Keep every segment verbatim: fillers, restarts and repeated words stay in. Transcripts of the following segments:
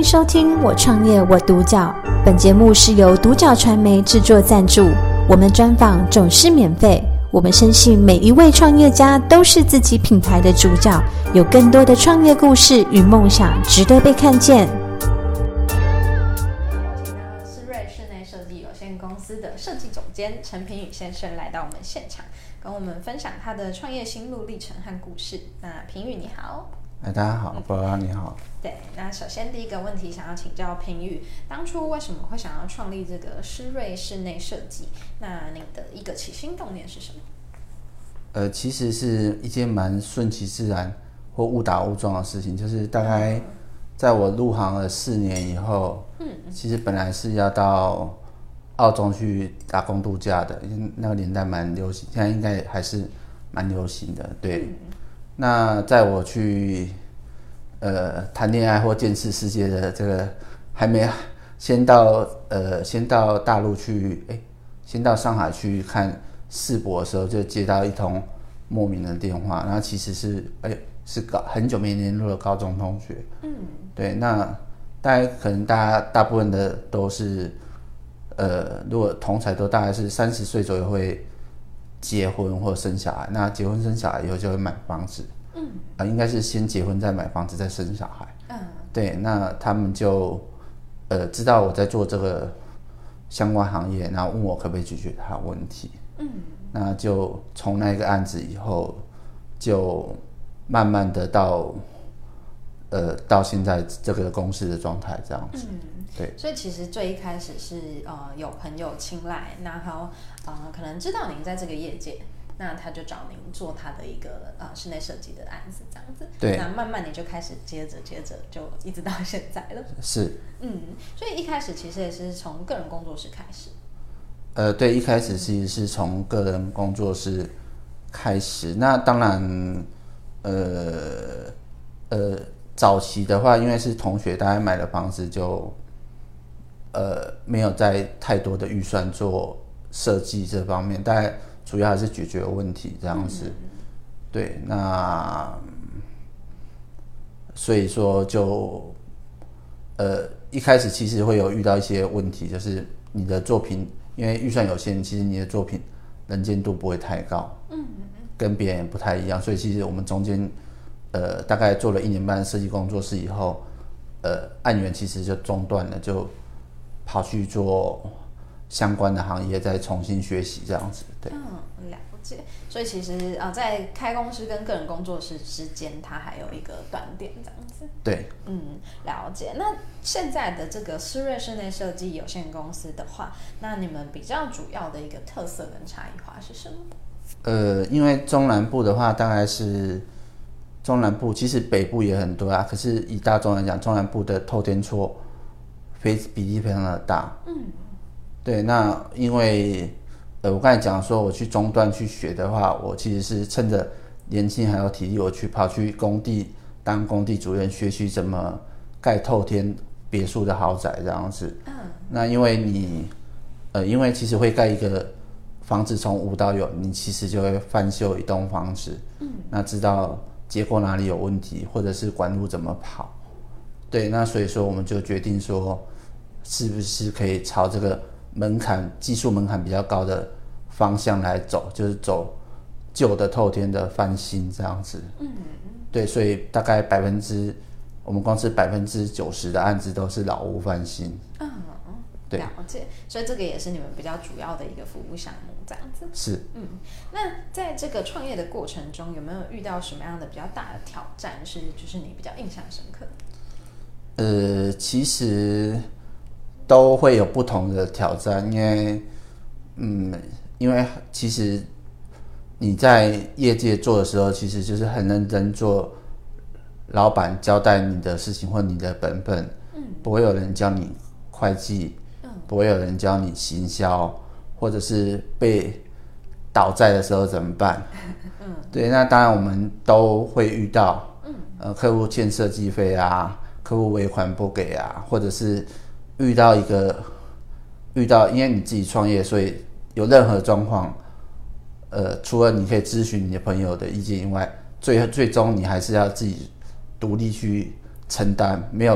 收听我创业我独角，本节目是由独角传媒制作赞助，我们专访总是免费。我们深信每一位创业家都是自己品牌的主角，有更多的创业故事与梦想值得被看见。 思睿室内设计有限公司的设计总监陈平宇先生来到我们现场，跟我们分享他的创业心路历程和故事。那平宇你好。 哎，大家好，宝拉你好。 对，那首先第一个问题想要请教平宇，当初为什么会想要创立这个思睿室内设计？那你的一个起心动念是什么？ 呃，其实是一件蛮顺其自然或误打误撞的事情，就是大概在我入行了四年以后，嗯，其实本来是要到澳洲去打工度假的，因为那个年代蛮流行，现在应该还是蛮流行的，对。嗯，那在我去呃谈恋爱或见识世界的这个还没先到呃先到大陆去，哎，先到上海去看世博的时候，就接到一通莫名的电话，然后其实是哎是高很久没联络的高中同学，嗯，对，那大概可能大家大部分的都是呃如果同才都大概是三十岁左右会结婚或生小孩，那结婚生小孩以后就会买房子，嗯，啊、呃，应该是先结婚再买房子再生小孩，嗯，对，那他们就呃知道我在做这个相关行业，然后问我可不可以解决他的问题，嗯，那就从那个案子以后，就慢慢的到呃到现在这个公司的状态这样子。嗯，对， 所以其实最一开始是呃有朋友青睐，然后呃可能知道您在这个业界，那他就找您做他的一个呃室内设计的案子这样子。 对， 那慢慢你就开始接着接着就一直到现在了。 是， 嗯，所以一开始其实也是从个人工作室开始。 呃，对，一开始其实是从个人工作室开始。那当然，呃呃，早期的话，因为是同学，大家买了房子就。呃，没有在太多的预算做设计这方面，大概主要还是解决问题这样子。嗯、对，那所以说就呃一开始其实会有遇到一些问题，就是你的作品因为预算有限，其实你的作品能见度不会太高，嗯，跟别人也不太一样，所以其实我们中间呃大概做了一年半的设计工作室以后，呃案源其实就中断了，就。跑去做相关的行业，再重新学习这样子，对。 嗯，了解。所以其实呃，在开公司跟个人工作室之间，它还有一个断点这样子。 对。 嗯，了解。那现在的这个思睿室内设计有限公司的话，那你们比较主要的一个特色跟差异化是什么？ 呃，因为中南部的话，大概是中南部，其实北部也很多啊。可是以大众来讲，中南部的透天厝。非比例非常的大，嗯，对，那因为呃，我刚才讲说我去中段去学的话，我其实是趁着年轻还有体力，我去跑去工地当工地主任，学习怎么盖透天别墅的豪宅这样子。嗯，那因为你呃，因为其实会盖一个房子从无到有，你其实就会翻修一栋房子，嗯，那知道结构哪里有问题，或者是管路怎么跑。对，那所以说我们就决定说，是不是可以朝这个门槛、技术门槛比较高的方向来走，就是走旧的透天的翻新这样子。嗯，对，所以大概百分之我们公司百分之九十的案子都是老屋翻新。嗯，对， 了解。所以这个也是你们比较主要的一个服务项目，这样子。 是。 嗯，那在这个创业的过程中，有没有遇到什么样的比较大的挑战，是就是你比较印象深刻的？ 呃，其实都会有不同的挑战，因为，嗯，因为其实你在业界做的时候，其实就是很认真做老板交代你的事情或你的本分，嗯，不会有人教你会计，嗯，不会有人教你行销，或者是被倒债的时候怎么办？嗯，对，那当然我们都会遇到，嗯，呃，客户欠设计费啊。客户尾款不给啊，或者是遇到一个遇到，因为你自己创业，所以有任何状况，呃，除了你可以咨询你的朋友的意见以外，最最终你还是要自己独立去承担，没有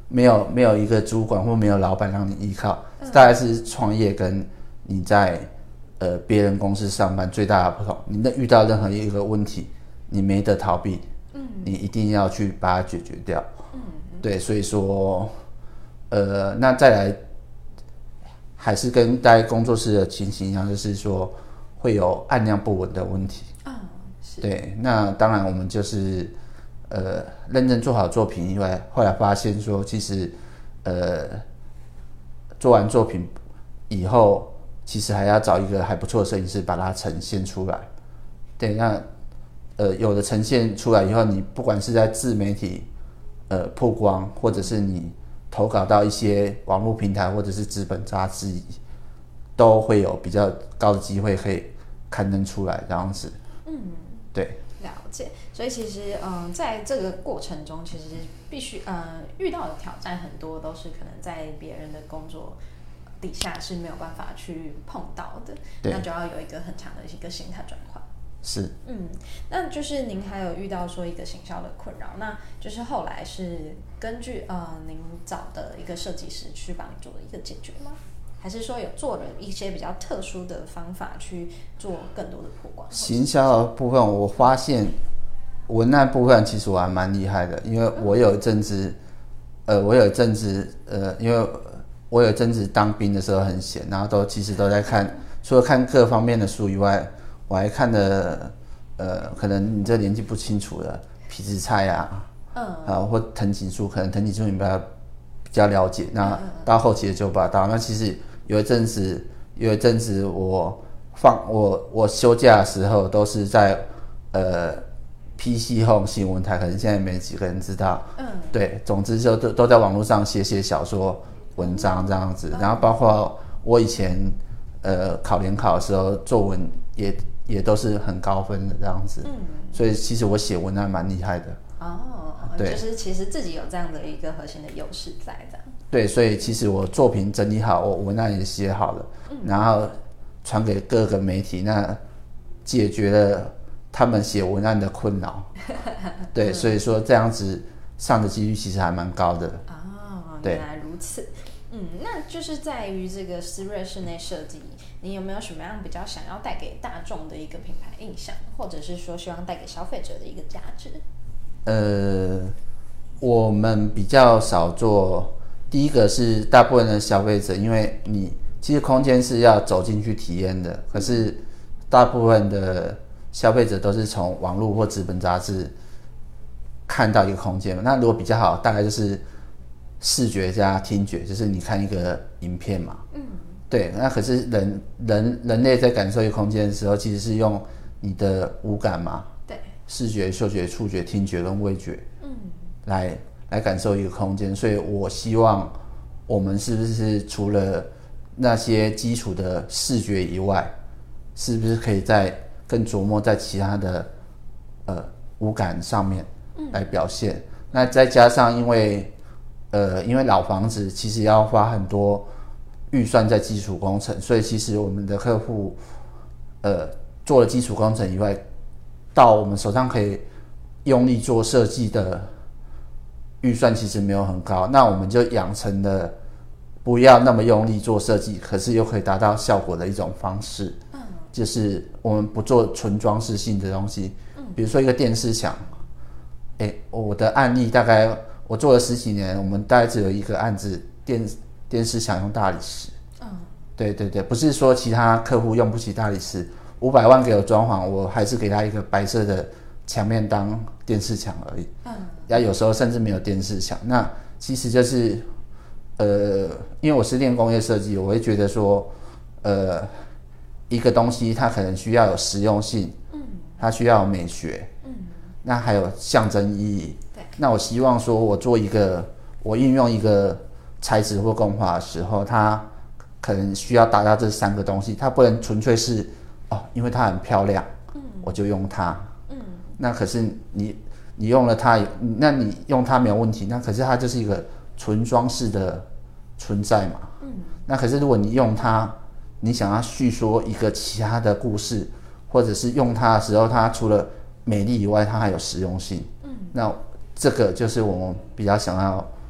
没有没有一个主管或没有老板让你依靠，嗯、大概是创业跟你在呃别人公司上班最大的不同。你那遇到任何一个问题，你没得逃避，嗯，你一定要去把它解决掉，嗯，对，所以说，呃，那再来还是跟在工作室的情形一样，就是说会有按量不稳的问题，啊、嗯，是，对，那当然我们就是。呃，认真做好作品以外，后来发现说，其实，呃，做完作品以后，其实还要找一个还不错的摄影师把它呈现出来。对，那呃，有的呈现出来以后，你不管是在自媒体呃曝光，或者是你投稿到一些网络平台或者是纸本杂志，都会有比较高的机会可以刊登出来这样子。嗯，对。 了解，所以其实，嗯，在这个过程中，其实必须，呃，遇到的挑战很多，都是可能在别人的工作底下是没有办法去碰到的，那就要有一个很强的一个心态转换。 是， 嗯，那就是您还有遇到说一个行销的困扰，那就是后来是根据呃您找的一个设计师去帮你做一个解决吗？还是说有做了一些比较特殊的方法去做更多的曝光？ 行销的部分，我发现文案部分其实我还蛮厉害的，因为我有一阵子，呃，我有一阵子，呃，因为我有一阵子当兵的时候很闲，然后都其实都在看，除了看各方面的书以外，我还看了，呃，可能你这年纪不清楚的痞子蔡啊，嗯，啊，或藤井树，可能藤井树你比较比较了解，那到后期的九把刀，那其实。有一阵子，有一阵子我放我我休假的时候，都是在呃 P C Home 新闻台，可能现在没几个人知道。嗯，对，总之就都都在网络上写写小说文章这样子，然后包括我以前呃考联考的时候，作文也也都是很高分的这样子。嗯，所以其实我写文案蛮厉害的。 哦，对，就是其实自己有这样的一个核心的优势在的。 对，所以其实我作品整理好，我文案也写好了，嗯、然后传给各个媒体，那解决了他们写文案的困扰。对，所以说这样子上的几率其实还蛮高的。 哦，原来如此。嗯，那就是在于这个思睿室内设计，你有没有什么样比较想要带给大众的一个品牌印象，或者是说希望带给消费者的一个价值？ 呃，我们比较少做。第一个是大部分的消费者，因为你其实空间是要走进去体验的，可是大部分的消费者都是从网络或纸本杂志看到一个空间。那如果比较好，大概就是视觉加听觉，就是你看一个影片嘛。嗯，对。那可是人人人类在感受一个空间的时候，其实是用你的五感嘛，对，视觉、嗅觉、触觉、听觉跟味觉，嗯，来。来感受一个空间，所以我希望我们是不是除了那些基础的视觉以外，是不是可以再更琢磨在其他的呃五感上面来表现？嗯、那再加上因为呃因为老房子其实要花很多预算在基础工程，所以其实我们的客户呃做了基础工程以外，到我们手上可以用力做设计的。预算其实没有很高，那我们就养成了不要那么用力做设计，可是又可以达到效果的一种方式。嗯，就是我们不做纯装饰性的东西，嗯，比如说一个电视墙，哎，我的案例大概我做了十几年，我们大概只有一个案子电电视墙用大理石。嗯，对对对，不是说其他客户用不起大理石，五百万给我装潢，我还是给他一个白色的墙面当电视墙而已。嗯。那有时候甚至没有电视墙，那其实就是，呃，因为我是练工业设计，我会觉得说，呃，一个东西它可能需要有实用性，嗯，它需要有美学，嗯，那还有象征意义，对。那我希望说，我做一个，我运用一个材质或工法的时候，它可能需要达到这三个东西，它不能纯粹是哦，因为它很漂亮，嗯，我就用它，嗯，那可是你。你用了它，那你用它没有问题，那可是它就是一个纯装饰的存在嘛。嗯。那可是如果你用它，你想要叙说一个其他的故事，或者是用它的时候，它除了美丽以外，它还有实用性。嗯。那这个就是我们比较想要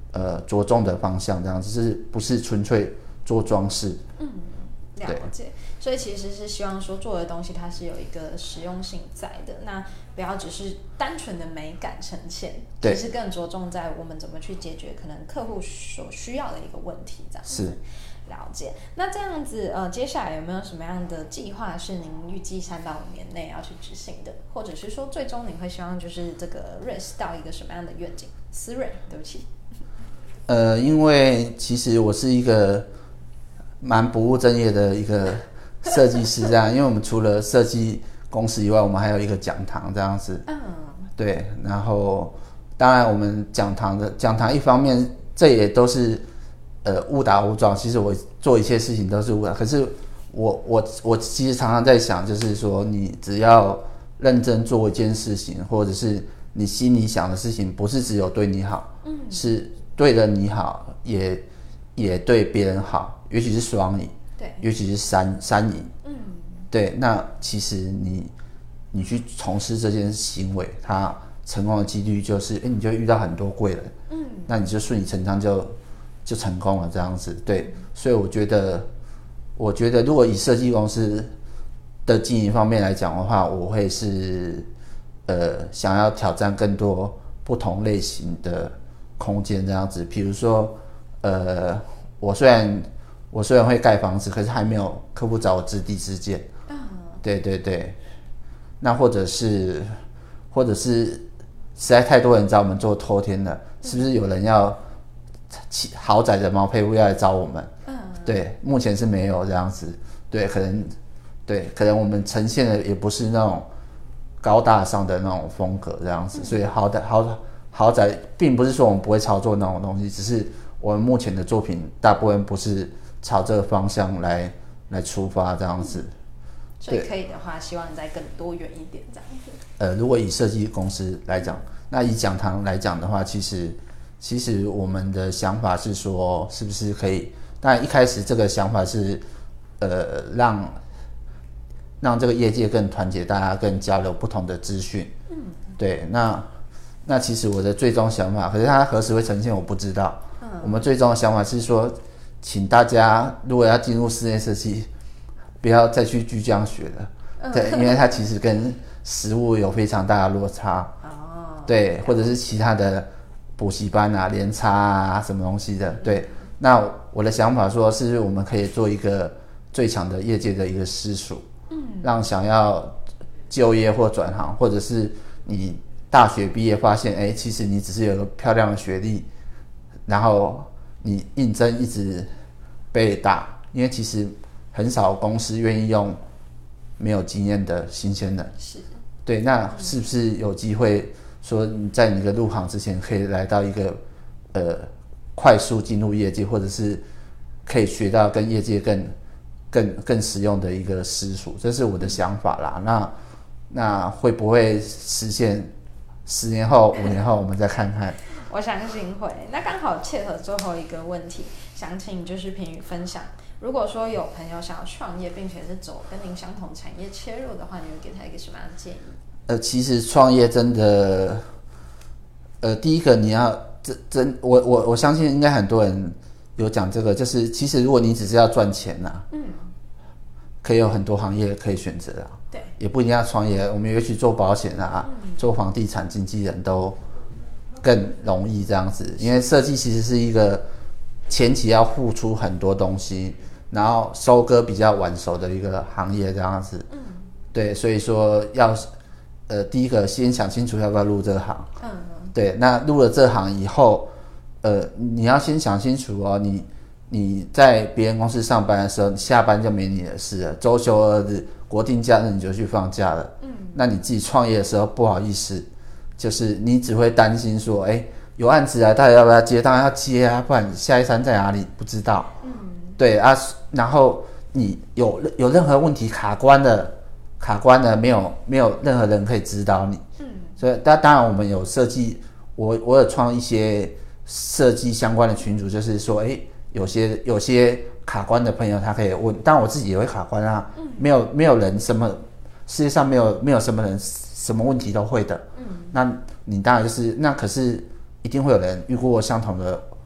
呃着重的方向，这样子是不是纯粹做装饰？ 嗯，了解。所以其实是希望说做的东西它是有一个实用性在的，那不要只是单纯的美感呈现，其实更着重在我们怎么去解决可能客户所需要的一个问题，这样子。 是。 了解。那这样子，呃，接下来有没有什么样的计划是您预计三到五年内要去执行的，或者是说最终您会希望就是这个 Race 到一个什么样的愿景？思睿，对不起。 呃，因为其实我是一个蛮不务正业的一个设计师，这样，因为我们除了设计公司以外，我们还有一个讲堂这样子。嗯。对，然后当然我们讲堂的讲堂一方面，这也都是。呃，误打误撞，其实我做一切事情都是误打。可是我我我其实常常在想，就是说，你只要认真做一件事情，或者是你心里想的事情，不是只有对你好，嗯，是对了你好，也也对别人好，尤其是双赢，对，尤其是三三赢，嗯，对。那其实你你去从事这件行为，它成功的几率就是，哎，你就遇到很多贵人，嗯，那你就顺理成章就。就成功了这样子，对，所以我觉得，我觉得如果以设计公司的经营方面来讲的话，我会是呃想要挑战更多不同类型的空间这样子。比如说，呃，我虽然我虽然会盖房子，可是还没有客户找我支地支建，嗯，对对对，那或者是或者是实在太多人找我们做透天了，是不是有人要？豪宅的毛坯屋要来找我们，嗯，对，目前是没有这样子，对，可能，对，可能我们呈现的也不是那种高大上的那种风格这样子，嗯、所以豪宅豪豪宅并不是说我们不会操作那种东西，只是我们目前的作品大部分不是朝这个方向来来出发这样子，嗯、 所以可以的话，希望再更多元一点这样子。 呃，如果以设计公司来讲，那以讲堂来讲的话，其实。其实我们的想法是说，是不是可以？当然一开始这个想法是，呃，让让这个业界更团结，大家更交流不同的资讯。嗯，对。那那其实我的最终想法，可是它何时会呈现，我不知道。嗯，我们最终的想法是说，请大家如果要进入室内设计，不要再去巨匠学了。嗯、对，因为它其实跟实务有非常大的落差。哦。对，或者是其他的。补习班啊，联差啊，什么东西的？对，那我的想法说，是我们可以做一个最强的业界的一个私塾，嗯，让想要就业或转行，或者是你大学毕业发现，哎，其实你只是有个漂亮的学历，然后你应征一直被打，因为其实很少公司愿意用没有经验的新鲜人，是，对，那是不是有机会？说你在你的入行之前，可以来到一个呃快速进入业界，或者是可以学到跟业界更更更实用的一个私塾，这是我的想法啦。那那会不会实现？十年后、五年后我们再看看。 我相信会。那刚好切合最后一个问题，想请就是品妤分享。如果说有朋友想要创业，并且是走跟您相同产业切入的话，你会给他一个什么样的建议？ 呃，其实创业真的，呃，第一个你要真真，我我我相信应该很多人有讲这个，就是其实如果你只是要赚钱呐、啊，嗯，可以有很多行业可以选择啊，对，也不一定要创业，我们也许做保险啊，嗯、做房地产经纪人都更容易这样子，因为设计其实是一个前期要付出很多东西，然后收割比较晚熟的一个行业这样子，嗯，对，所以说要。呃，第一个先想清楚要不要入这行，嗯，对，那入了这行以后，呃，你要先想清楚哦，你你在别人公司上班的时候，你下班就没你的事了，周休二日、国定假日你就去放假了，嗯，那你自己创业的时候不好意思，就是你只会担心说，哎，有案子啊，大家要不要接？当然要接啊，不然下一餐在哪里不知道，嗯，对啊，然后你有有任何问题卡关的。卡关了，没有没有任何人可以指导你，嗯，所以当当然我们有设计，我我有创一些设计相关的群组，就是说，哎，有些有些卡关的朋友他可以问，当然我自己也会卡关啊，嗯，没有没有人什么世界上没有没有什么人什么问题都会的，嗯，那你当然就是那可是一定会有人遇过相同的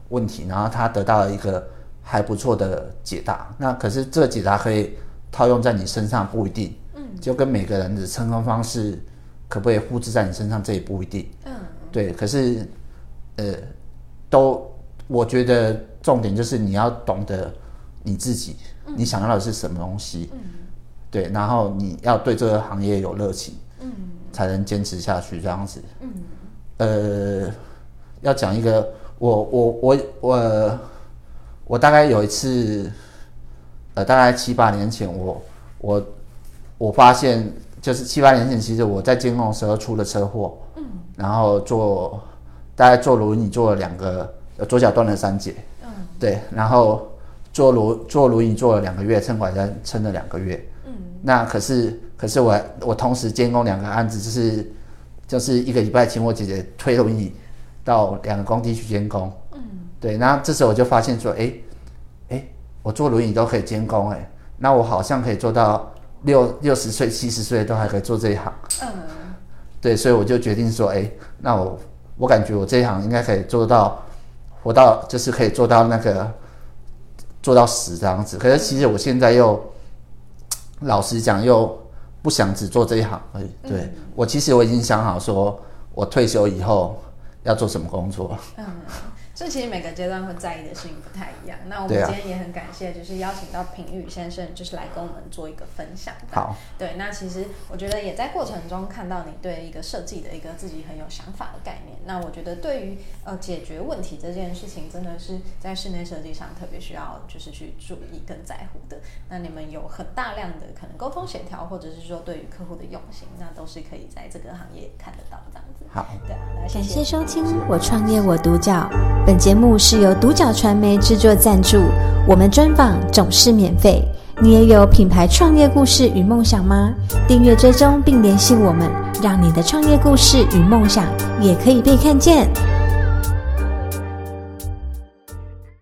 问题，然后他得到了一个还不错的解答。那可是这个解答可以套用在你身上不一定，嗯，就跟每个人的成功方式可不可以复制在你身上，这也不一定，嗯，对。可是，呃，都我觉得重点就是你要懂得你自己，嗯、你想要的是什么东西，嗯，对，然后你要对这个行业有热情，嗯，才能坚持下去这样子，嗯，呃，要讲一个，我我我我我大概有一次。呃，大概七八年前我，我我我发现，就是七八年前，其实我在监控的时候出了车祸，嗯，然后坐大概坐轮椅坐了两个，呃，左脚断了三节，嗯，对，然后坐轮坐轮椅坐了两个月，撑拐杖撑了两个月，嗯，那可是可是我我同时监控两个案子，就是就是一个礼拜请我姐姐推轮椅到两个工地去监控，嗯，对，然后这时候我就发现说，哎。我坐轮椅都可以监工哎，那我好像可以做到六六十岁、七十岁都还可以做这一行。嗯，对，所以我就决定说，哎，那我我感觉我这一行应该可以做到，活到就是可以做到那个做到死这样子。可是其实我现在又老实讲，又不想只做这一行而已。对、嗯、我其实我已经想好说，我退休以后要做什么工作。嗯。 这其实每个阶段会在意的事情不太一样。那我们今天也很感谢，就是邀请到品宇先生，就是来跟我们做一个分享。 好， 对，那其实我觉得也在过程中看到你对一个设计的一个自己很有想法的概念。那我觉得对于呃解决问题这件事情，真的是在室内设计上特别需要就是去注意跟在乎的。那你们有很大量的可能沟通协调，或者是说对于客户的用心，那都是可以在这个行业看得到这样子。 好， 对啊，来谢谢。 感谢收听《我创业我独角》。本节目是由独角传媒制作赞助，我们专访总是免费。你也有品牌创业故事与梦想吗？订阅追踪并联系我们，让你的创业故事与梦想也可以被看见。